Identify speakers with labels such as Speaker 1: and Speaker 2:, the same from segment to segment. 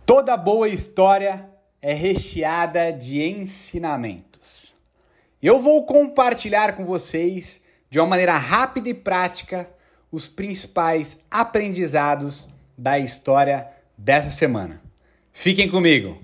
Speaker 1: Toda boa história é recheada de ensinamentos. Eu vou compartilhar com vocês, de uma maneira rápida e prática, os principais aprendizados da história dessa semana. Fiquem comigo!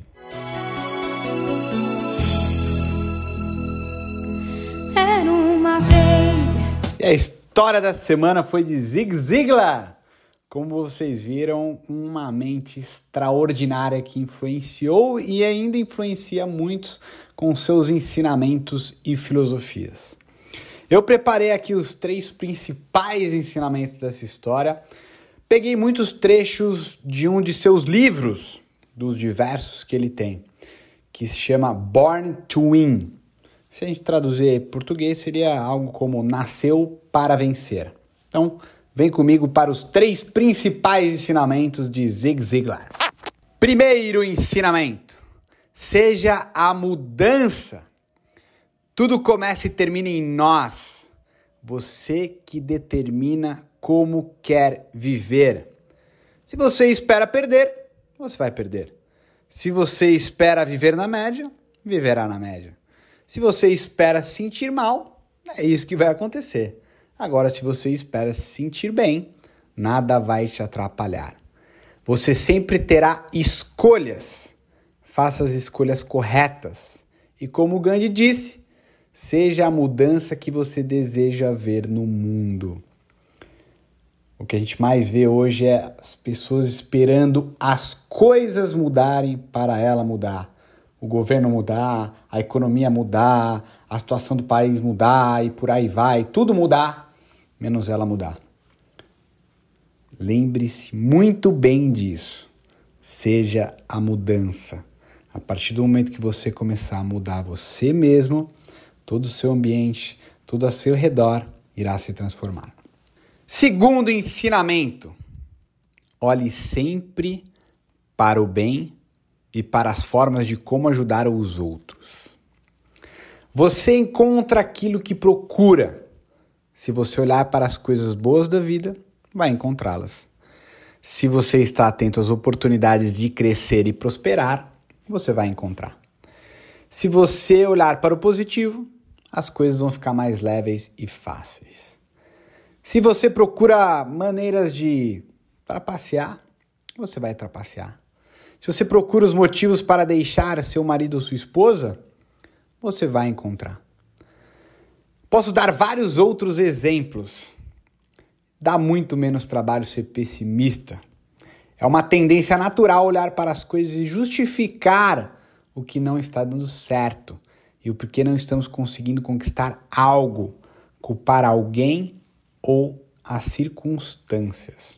Speaker 2: Era uma vez.
Speaker 1: E a história da semana foi de Zig Ziglar. Como vocês viram, uma mente extraordinária que influenciou e ainda influencia muitos com seus ensinamentos e filosofias. Eu preparei aqui os 3 principais ensinamentos dessa história. Peguei muitos trechos de um de seus livros, dos diversos que ele tem, que se chama Born to Win. Se a gente traduzir em português, seria algo como Nasceu para Vencer. Então, vem comigo para os 3 principais ensinamentos de Zig Ziglar. Primeiro ensinamento: seja a mudança. Tudo começa e termina em nós. Você que determina como quer viver. Se você espera perder, você vai perder. Se você espera viver na média, viverá na média. Se você espera se sentir mal, é isso que vai acontecer. Agora, se você espera se sentir bem, nada vai te atrapalhar. Você sempre terá escolhas. Faça as escolhas corretas. E como o Gandhi disse, seja a mudança que você deseja ver no mundo. O que a gente mais vê hoje é as pessoas esperando as coisas mudarem para ela mudar. O governo mudar, a economia mudar, a situação do país mudar e por aí vai, tudo mudar, menos ela mudar. Lembre-se muito bem disso. Seja a mudança. A partir do momento que você começar a mudar você mesmo, todo o seu ambiente, tudo ao seu redor irá se transformar. Segundo ensinamento: olhe sempre para o bem e para as formas de como ajudar os outros. Você encontra aquilo que procura. Se você olhar para as coisas boas da vida, vai encontrá-las. Se você está atento às oportunidades de crescer e prosperar, você vai encontrar. Se você olhar para o positivo, as coisas vão ficar mais leves e fáceis. Se você procura maneiras de trapacear, você vai trapacear. Se você procura os motivos para deixar seu marido ou sua esposa, você vai encontrar. Posso dar vários outros exemplos. Dá muito menos trabalho ser pessimista. É uma tendência natural olhar para as coisas e justificar o que não está dando certo e o porquê não estamos conseguindo conquistar algo, culpar alguém ou as circunstâncias.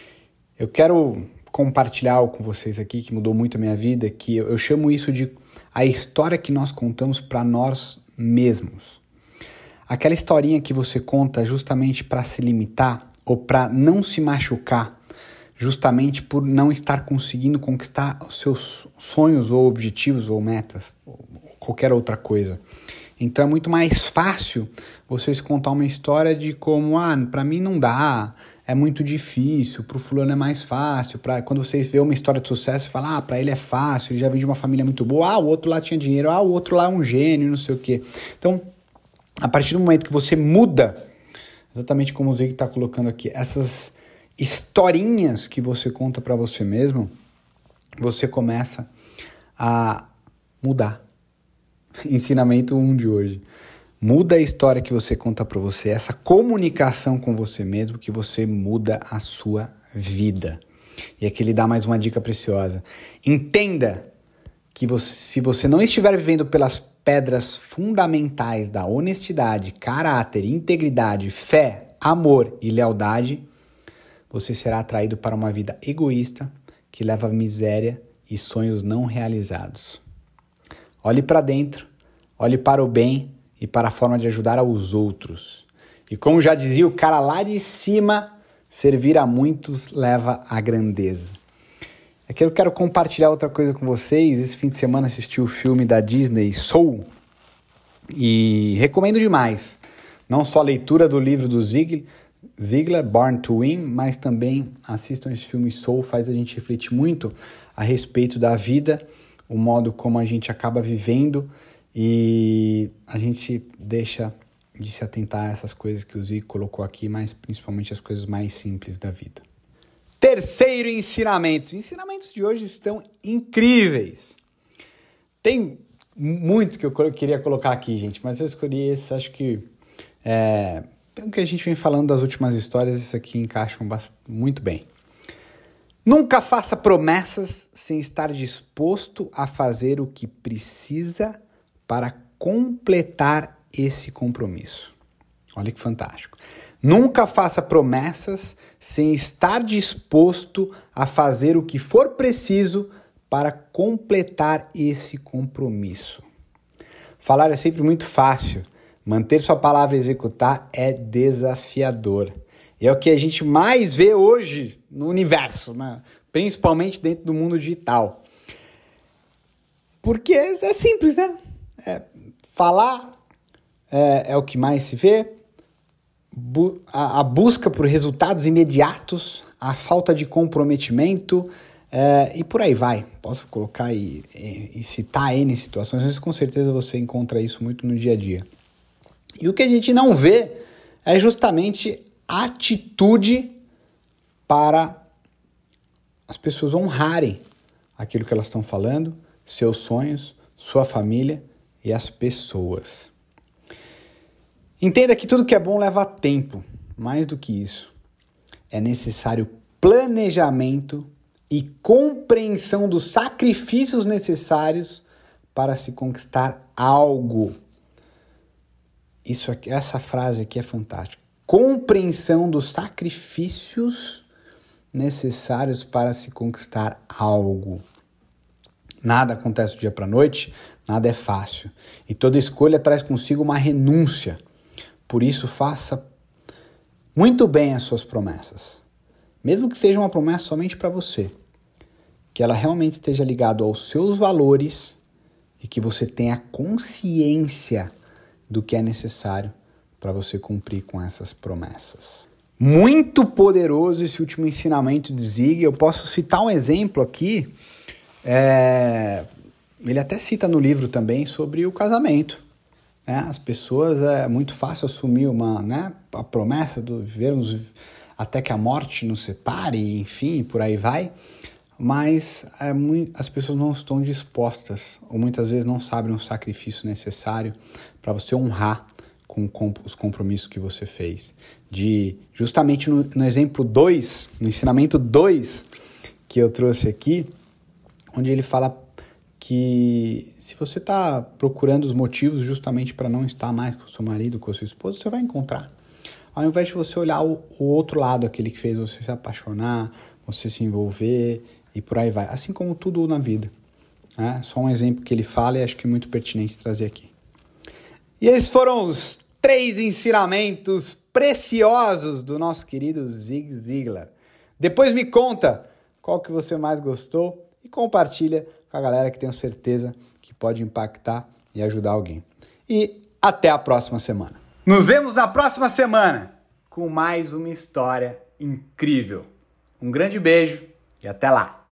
Speaker 1: Eu quero compartilhar algo com vocês aqui que mudou muito a minha vida, que eu chamo isso de a história que nós contamos para nós mesmos. Aquela historinha que você conta justamente para se limitar ou para não se machucar, justamente por não estar conseguindo conquistar os seus sonhos ou objetivos ou metas, ou qualquer outra coisa. Então é muito mais fácil vocês contar uma história de como, para mim não dá, é muito difícil, pro fulano é mais fácil. Quando vocês vê uma história de sucesso, fala, para ele é fácil, ele já vem de uma família muito boa, o outro lá tinha dinheiro, o outro lá é um gênio, não sei o quê. Então, a partir do momento que você muda, exatamente como o Zig está colocando aqui, essas historinhas que você conta para você mesmo, você começa a mudar. Ensinamento 1 de hoje. Muda a história que você conta para você, essa comunicação com você mesmo, que você muda a sua vida. E aqui ele dá mais uma dica preciosa. Entenda que se você não estiver vivendo pelas pedras fundamentais da honestidade, caráter, integridade, fé, amor e lealdade, você será atraído para uma vida egoísta que leva à miséria e sonhos não realizados. Olhe para dentro, olhe para o bem e para a forma de ajudar aos outros. E como já dizia o cara lá de cima, servir a muitos leva à grandeza. Aqui eu quero compartilhar outra coisa com vocês. Esse fim de semana assisti o filme da Disney, Soul, e recomendo demais. Não só a leitura do livro do Ziglar, Born to Win, mas também assistam esse filme Soul, faz a gente refletir muito a respeito da vida, o modo como a gente acaba vivendo e a gente deixa de se atentar a essas coisas que o Zig colocou aqui, mas principalmente as coisas mais simples da vida. Terceiro ensinamento. Os ensinamentos de hoje estão incríveis. Tem muitos que eu queria colocar aqui, gente, mas eu escolhi esse, acho que pelo que a gente vem falando das últimas histórias, esses aqui encaixam muito bem. Nunca faça promessas sem estar disposto a fazer o que precisa para completar esse compromisso. Olha que fantástico. Nunca faça promessas sem estar disposto a fazer o que for preciso para completar esse compromisso. Falar é sempre muito fácil. Manter sua palavra e executar é desafiador. E é o que a gente mais vê hoje no universo, né? Principalmente dentro do mundo digital. Porque é simples, né? Falar é o que mais se vê. A busca por resultados imediatos, a falta de comprometimento e por aí vai. Posso colocar e citar N situações, mas com certeza você encontra isso muito no dia a dia. E o que a gente não vê é justamente atitude para as pessoas honrarem aquilo que elas estão falando, seus sonhos, sua família e as pessoas. Entenda que tudo que é bom leva tempo. Mais do que isso, é necessário planejamento e compreensão dos sacrifícios necessários para se conquistar algo. Essa frase aqui é fantástica. Compreensão dos sacrifícios necessários para se conquistar algo. Nada acontece do dia para a noite, nada é fácil. E toda escolha traz consigo uma renúncia. Por isso, faça muito bem as suas promessas. Mesmo que seja uma promessa somente para você. Que ela realmente esteja ligada aos seus valores e que você tenha consciência do que é necessário para você cumprir com essas promessas. Muito poderoso esse último ensinamento de Zig. Eu posso citar um exemplo aqui. Ele até cita no livro também sobre o casamento. As pessoas, é muito fácil assumir a promessa de vivermos até que a morte nos separe, enfim, por aí vai. Mas as pessoas não estão dispostas, ou muitas vezes não sabem o sacrifício necessário para você honrar com os compromissos que você fez. Justamente no exemplo 2, no ensinamento 2 que eu trouxe aqui, onde ele fala que se você está procurando os motivos justamente para não estar mais com o seu marido, com a sua esposa, você vai encontrar. Ao invés de você olhar o outro lado, aquele que fez você se apaixonar, você se envolver e por aí vai. Assim como tudo na vida. Só um exemplo que ele fala e acho que é muito pertinente trazer aqui. E esses foram os 3 ensinamentos preciosos do nosso querido Zig Ziglar. Depois me conta qual que você mais gostou e compartilha com a galera que tenho certeza que pode impactar e ajudar alguém. E até a próxima semana. Nos vemos na próxima semana com mais uma história incrível. Um grande beijo e até lá!